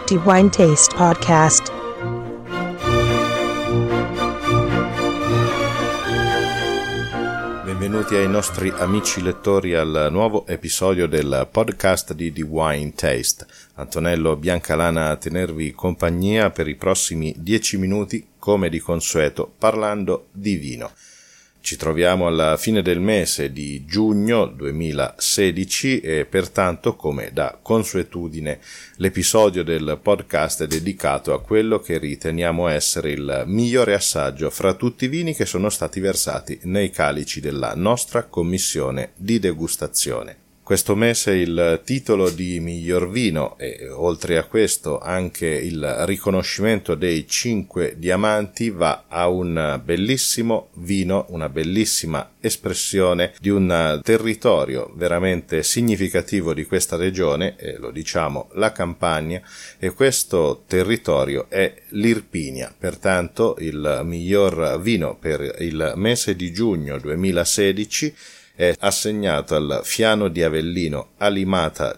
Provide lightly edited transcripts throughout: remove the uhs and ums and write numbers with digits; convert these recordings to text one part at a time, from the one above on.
The Wine Taste Podcast. Benvenuti ai nostri amici lettori al nuovo episodio del podcast di The Wine Taste. Antonello Biancalana a tenervi compagnia per i prossimi 10 minuti, come di consueto, parlando di vino. Ci troviamo alla fine del mese di giugno 2016 e pertanto, come da consuetudine, l'episodio del podcast è dedicato a quello che riteniamo essere il migliore assaggio fra tutti i vini che sono stati versati nei calici della nostra commissione di degustazione. Questo mese il titolo di miglior vino e oltre a questo anche il riconoscimento dei 5 diamanti va a un bellissimo vino, una bellissima espressione di un territorio veramente significativo di questa regione, e lo diciamo la Campania, e questo territorio è l'Irpinia. Pertanto il miglior vino per il mese di giugno 2016 è assegnato al Fiano di Avellino Alimata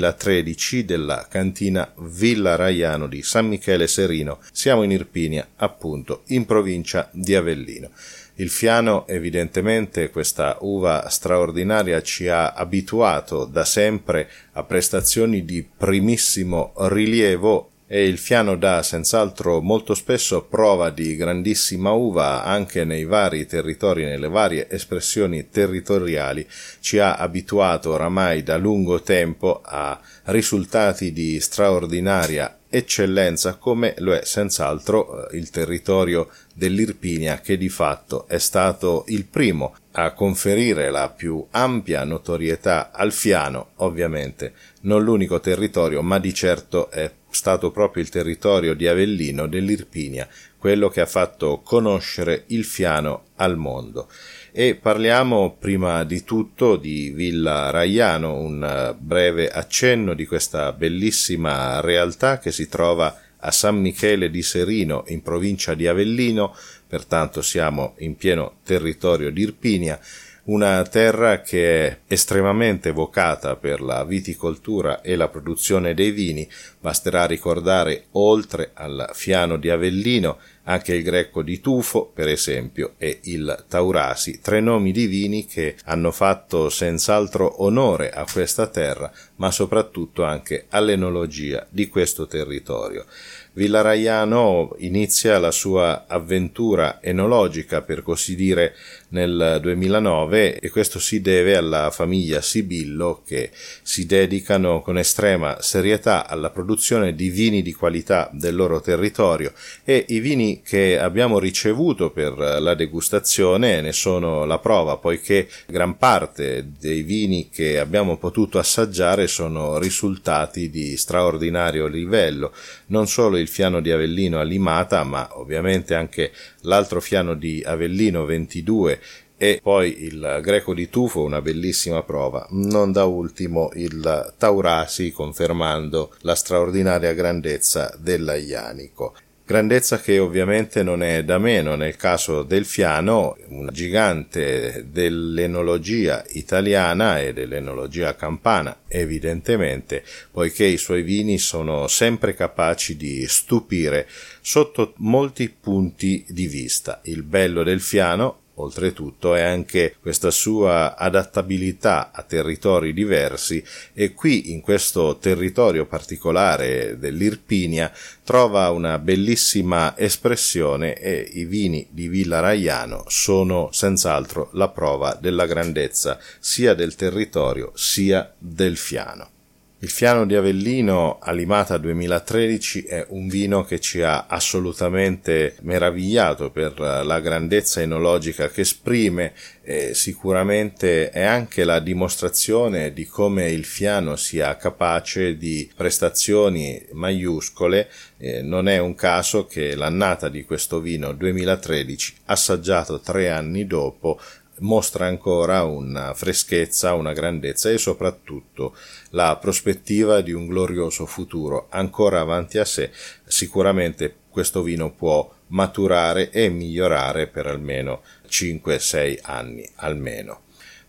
2013 della cantina Villa Raiano di San Michele Serino. Siamo in Irpinia, appunto, in provincia di Avellino. Il Fiano, evidentemente, questa uva straordinaria, ci ha abituato da sempre a prestazioni di primissimo rilievo, e il Fiano dà senz'altro molto spesso prova di grandissima uva anche nei vari territori, nelle varie espressioni territoriali. Ci ha abituato oramai da lungo tempo a risultati di straordinaria eccellenza, come lo è senz'altro il territorio dell'Irpinia, che di fatto è stato il primo a conferire la più ampia notorietà al Fiano. Ovviamente non l'unico territorio, ma di certo è stato proprio il territorio di Avellino, dell'Irpinia, quello che ha fatto conoscere il Fiano al mondo. E parliamo prima di tutto di Villa Raiano, un breve accenno di questa bellissima realtà che si trova a San Michele di Serino, in provincia di Avellino, pertanto siamo in pieno territorio di Irpinia, una terra che è estremamente vocata per la viticoltura e la produzione dei vini. Basterà ricordare, oltre al Fiano di Avellino, anche il Greco di Tufo, per esempio, e il Taurasi, 3 nomi di vini che hanno fatto senz'altro onore a questa terra, ma soprattutto anche all'enologia di questo territorio. Villa Raiano inizia la sua avventura enologica, per così dire, nel 2009, e questo si deve alla famiglia Sibillo, che si dedicano con estrema serietà alla produzione di vini di qualità del loro territorio, e i vini che abbiamo ricevuto per la degustazione ne sono la prova, poiché gran parte dei vini che abbiamo potuto assaggiare sono risultati di straordinario livello. Non solo il Fiano di Avellino Alimata, ma ovviamente anche l'altro Fiano di Avellino 22 e poi il Greco di Tufo, una bellissima prova. Non da ultimo il Taurasi, confermando la straordinaria grandezza dell'Aianico. Grandezza che ovviamente non è da meno nel caso del Fiano, un gigante dell'enologia italiana e dell'enologia campana, evidentemente, poiché i suoi vini sono sempre capaci di stupire sotto molti punti di vista. Il bello del Fiano, oltretutto, è anche questa sua adattabilità a territori diversi, e qui in questo territorio particolare dell'Irpinia trova una bellissima espressione, e i vini di Villa Raiano sono senz'altro la prova della grandezza sia del territorio sia del Fiano. Il Fiano di Avellino Alimata 2013 è un vino che ci ha assolutamente meravigliato per la grandezza enologica che esprime, e sicuramente è anche la dimostrazione di come il Fiano sia capace di prestazioni maiuscole. Non è un caso che l'annata di questo vino 2013, assaggiato 3 anni dopo, mostra ancora una freschezza, una grandezza e soprattutto la prospettiva di un glorioso futuro ancora avanti a sé. Sicuramente questo vino può maturare e migliorare per almeno 5-6 anni almeno.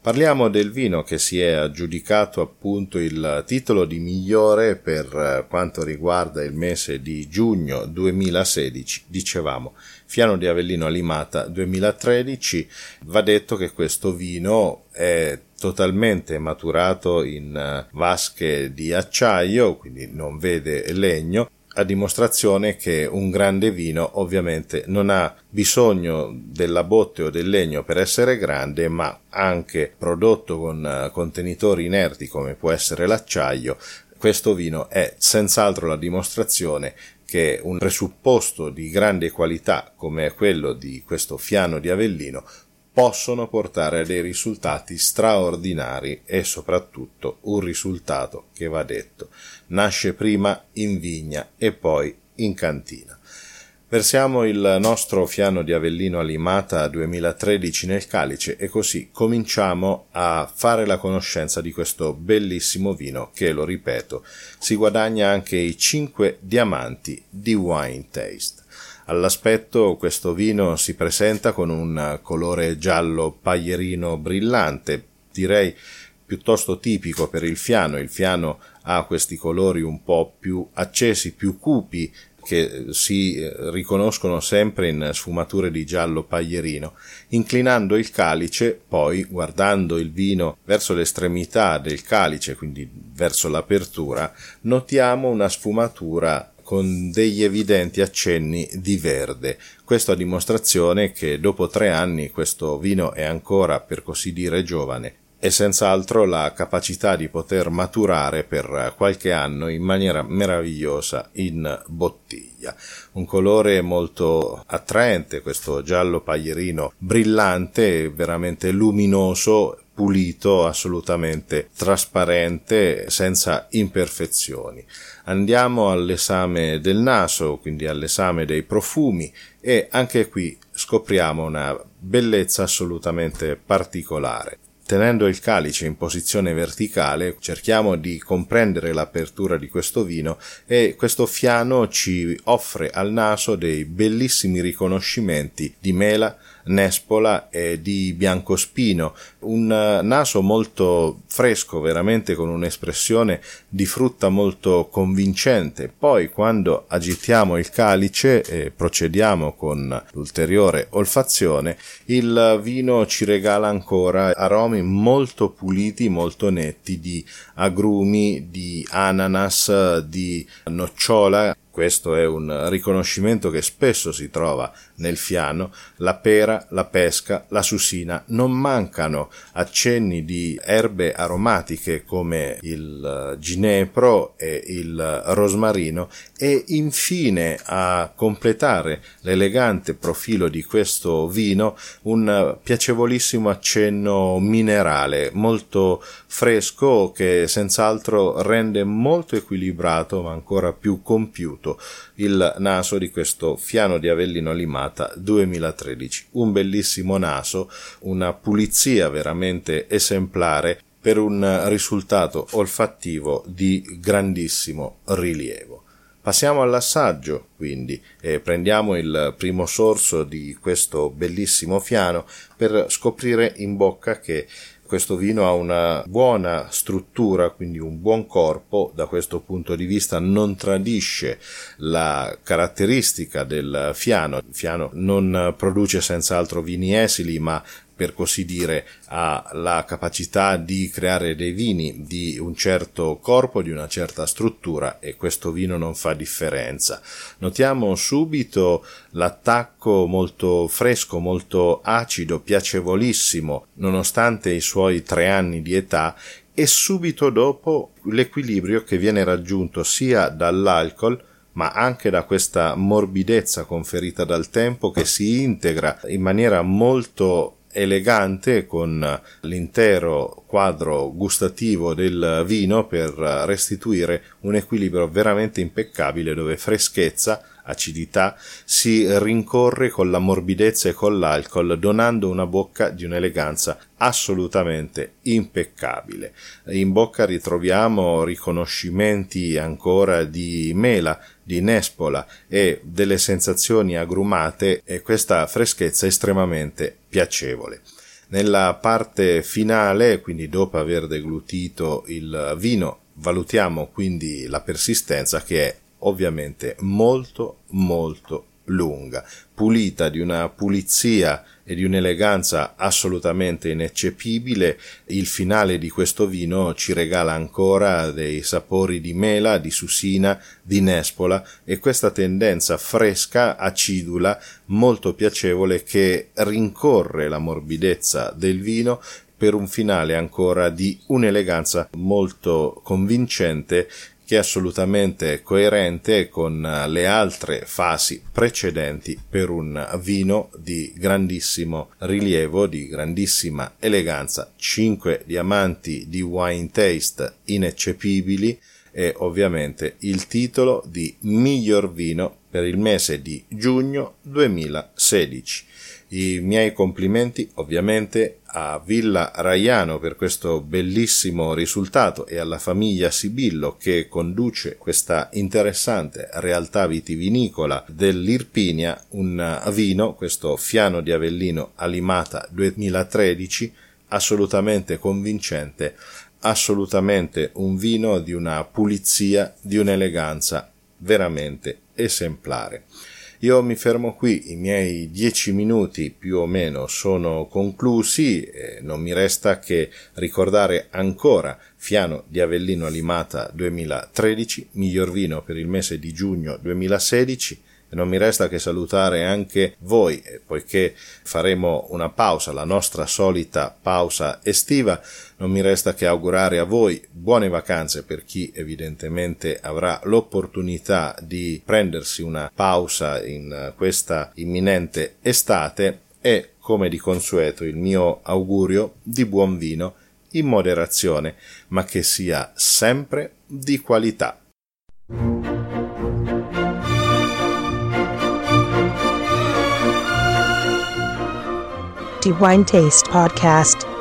Parliamo del vino che si è aggiudicato appunto il titolo di migliore per quanto riguarda il mese di giugno 2016, dicevamo Fiano di Avellino Alimata 2013. Va detto che questo vino è totalmente maturato in vasche di acciaio, quindi non vede legno, a dimostrazione che un grande vino ovviamente non ha bisogno della botte o del legno per essere grande, ma anche prodotto con contenitori inerti come può essere l'acciaio. Questo vino è senz'altro la dimostrazione che un presupposto di grande qualità come è quello di questo Fiano di Avellino possono portare a dei risultati straordinari e soprattutto un risultato che, va detto, nasce prima in vigna e poi in cantina. Versiamo il nostro Fiano di Avellino Alimata 2013 nel calice e così cominciamo a fare la conoscenza di questo bellissimo vino che, lo ripeto, si guadagna anche i 5 diamanti di Wine Taste. All'aspetto questo vino si presenta con un colore giallo paglierino brillante, direi piuttosto tipico per il Fiano. Il Fiano ha questi colori un po' più accesi, più cupi, che si riconoscono sempre in sfumature di giallo paglierino. Inclinando il calice, poi guardando il vino verso l'estremità del calice, quindi verso l'apertura, notiamo una sfumatura con degli evidenti accenni di verde. Questo a dimostrazione che dopo 3 anni questo vino è ancora, per così dire, giovane e senz'altro la capacità di poter maturare per qualche anno in maniera meravigliosa in bottiglia. Un colore molto attraente, questo giallo paglierino brillante, veramente luminoso, pulito, assolutamente trasparente, senza imperfezioni. Andiamo all'esame del naso, quindi all'esame dei profumi, e anche qui scopriamo una bellezza assolutamente particolare. Tenendo il calice in posizione verticale, cerchiamo di comprendere l'apertura di questo vino e questo Fiano ci offre al naso dei bellissimi riconoscimenti di mela, nespola e di biancospino, un naso molto fresco, veramente con un'espressione di frutta molto convincente. Poi quando agitiamo il calice e procediamo con l'ulteriore olfazione, il vino ci regala ancora aromi molto puliti, molto netti di agrumi, di ananas, di nocciola. Questo è un riconoscimento che spesso si trova nel Fiano. La pera, la pesca, la susina, non mancano accenni di erbe aromatiche come il ginepro e il rosmarino, e infine, a completare l'elegante profilo di questo vino, un piacevolissimo accenno minerale molto fresco che senz'altro rende molto equilibrato ma ancora più compiuto il naso di questo Fiano di Avellino Alimata 2013. Un bellissimo naso, una pulizia veramente esemplare per un risultato olfattivo di grandissimo rilievo. Passiamo all'assaggio, quindi, e prendiamo il primo sorso di questo bellissimo Fiano per scoprire in bocca che questo vino ha una buona struttura, quindi un buon corpo. Da questo punto di vista non tradisce la caratteristica del Fiano. Il Fiano non produce senz'altro vini esili, ma per così dire ha la capacità di creare dei vini di un certo corpo, di una certa struttura, e questo vino non fa differenza. Notiamo subito l'attacco molto fresco, molto acido, piacevolissimo nonostante i suoi 3 anni di età, e subito dopo l'equilibrio che viene raggiunto sia dall'alcol ma anche da questa morbidezza conferita dal tempo, che si integra in maniera molto elegante con l'intero quadro gustativo del vino per restituire un equilibrio veramente impeccabile, dove freschezza, acidità si rincorre con la morbidezza e con l'alcol, donando una bocca di un'eleganza assolutamente impeccabile. In bocca ritroviamo riconoscimenti ancora di mela, di nespola e delle sensazioni agrumate, e questa freschezza estremamente piacevole. Nella parte finale, quindi dopo aver deglutito il vino, valutiamo quindi la persistenza, che è ovviamente molto molto lunga, pulita, di una pulizia e di un'eleganza assolutamente ineccepibile. Il finale di questo vino ci regala ancora dei sapori di mela, di susina, di nespola e questa tendenza fresca, acidula, molto piacevole, che rincorre la morbidezza del vino per un finale ancora di un'eleganza molto convincente, che è assolutamente coerente con le altre fasi precedenti per un vino di grandissimo rilievo, di grandissima eleganza. 5 diamanti di Wine Taste ineccepibili e ovviamente il titolo di miglior vino per il mese di giugno 2016. I miei complimenti ovviamente a Villa Raiano per questo bellissimo risultato e alla famiglia Sibillo che conduce questa interessante realtà vitivinicola dell'Irpinia, un vino, questo Fiano di Avellino Alimata 2013, assolutamente convincente, assolutamente un vino di una pulizia, di un'eleganza veramente esemplare. Io mi fermo qui, i miei 10 minuti più o meno sono conclusi, non mi resta che ricordare ancora Fiano di Avellino Alimata 2013, miglior vino per il mese di giugno 2016, e non mi resta che salutare anche voi, poiché faremo una pausa, la nostra solita pausa estiva. Non mi resta che augurare a voi buone vacanze per chi evidentemente avrà l'opportunità di prendersi una pausa in questa imminente estate e, come di consueto, il mio augurio di buon vino in moderazione, ma che sia sempre di qualità. The Wine Taste Podcast.